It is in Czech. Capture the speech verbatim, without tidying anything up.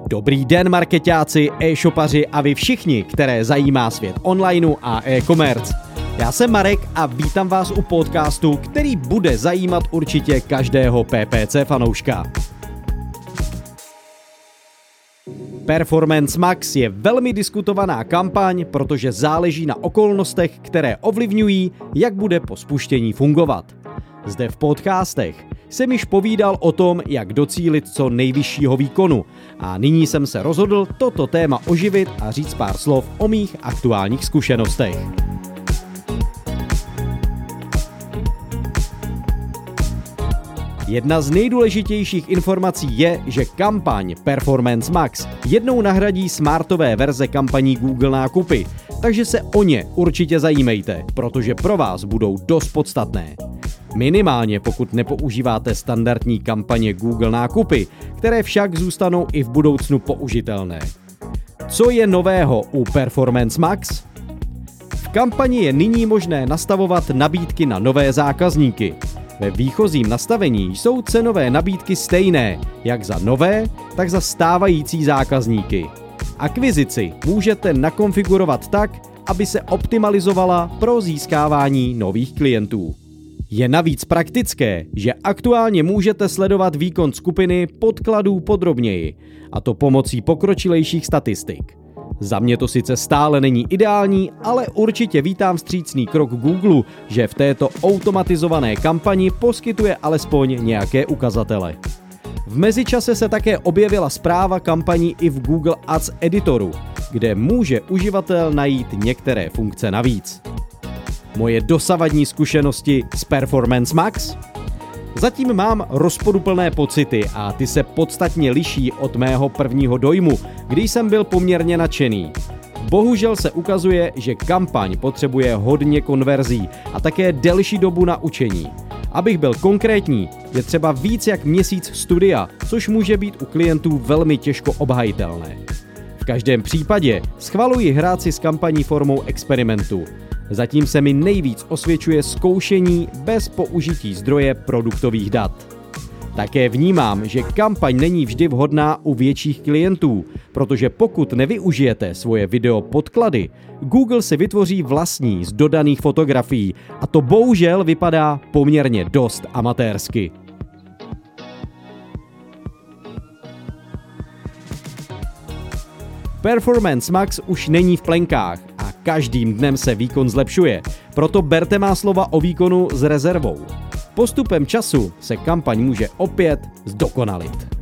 Dobrý den markeťáci, e-shopaři a vy všichni, které zajímá svět onlineu a e-commerce. Já jsem Marek a vítám vás u podcastu, který bude zajímat určitě každého P P C fanouška. Performance Max je velmi diskutovaná kampaň, protože záleží na okolnostech, které ovlivňují, jak bude po spuštění fungovat. Zde v podcastech jsem již povídal o tom, jak docílit co nejvyššího výkonu a nyní jsem se rozhodl toto téma oživit a říct pár slov o mých aktuálních zkušenostech. Jedna z nejdůležitějších informací je, že kampaň Performance Max jednou nahradí smartové verze kampaní Google nákupy, takže se o ně určitě zajímejte, protože pro vás budou dost podstatné. Minimálně pokud nepoužíváte standardní kampaně Google nákupy, které však zůstanou i v budoucnu použitelné. Co je nového u Performance Max? V kampani je nyní možné nastavovat nabídky na nové zákazníky. Ve výchozím nastavení jsou cenové nabídky stejné, jak za nové, tak za stávající zákazníky. Akvizici můžete nakonfigurovat tak, aby se optimalizovala pro získávání nových klientů. Je navíc praktické, že aktuálně můžete sledovat výkon skupiny podkladů podrobněji, a to pomocí pokročilejších statistik. Za mě to sice stále není ideální, ale určitě vítám vstřícný krok Google, že v této automatizované kampani poskytuje alespoň nějaké ukazatele. V mezičase se také objevila správa kampaní i v Google Ads editoru, kde může uživatel najít některé funkce navíc. Moje dosavadní zkušenosti s Performance Max? Zatím mám rozporuplné pocity a ty se podstatně liší od mého prvního dojmu, kdy jsem byl poměrně nadšený. Bohužel se ukazuje, že kampaň potřebuje hodně konverzí a také delší dobu na učení. Abych byl konkrétní, je třeba víc jak měsíc studia, což může být u klientů velmi těžko obhajitelné. V každém případě schvaluji hrát si s kampaní formou experimentu. Zatím se mi nejvíc osvědčuje zkoušení bez použití zdroje produktových dat. Také vnímám, že kampaň není vždy vhodná u větších klientů, protože pokud nevyužijete svoje video podklady, Google si vytvoří vlastní z dodaných fotografií a to bohužel vypadá poměrně dost amatérsky. Performance Max už není v plenkách a každým dnem se výkon zlepšuje, proto berte má slova o výkonu s rezervou. Postupem času se kampaň může opět zdokonalit.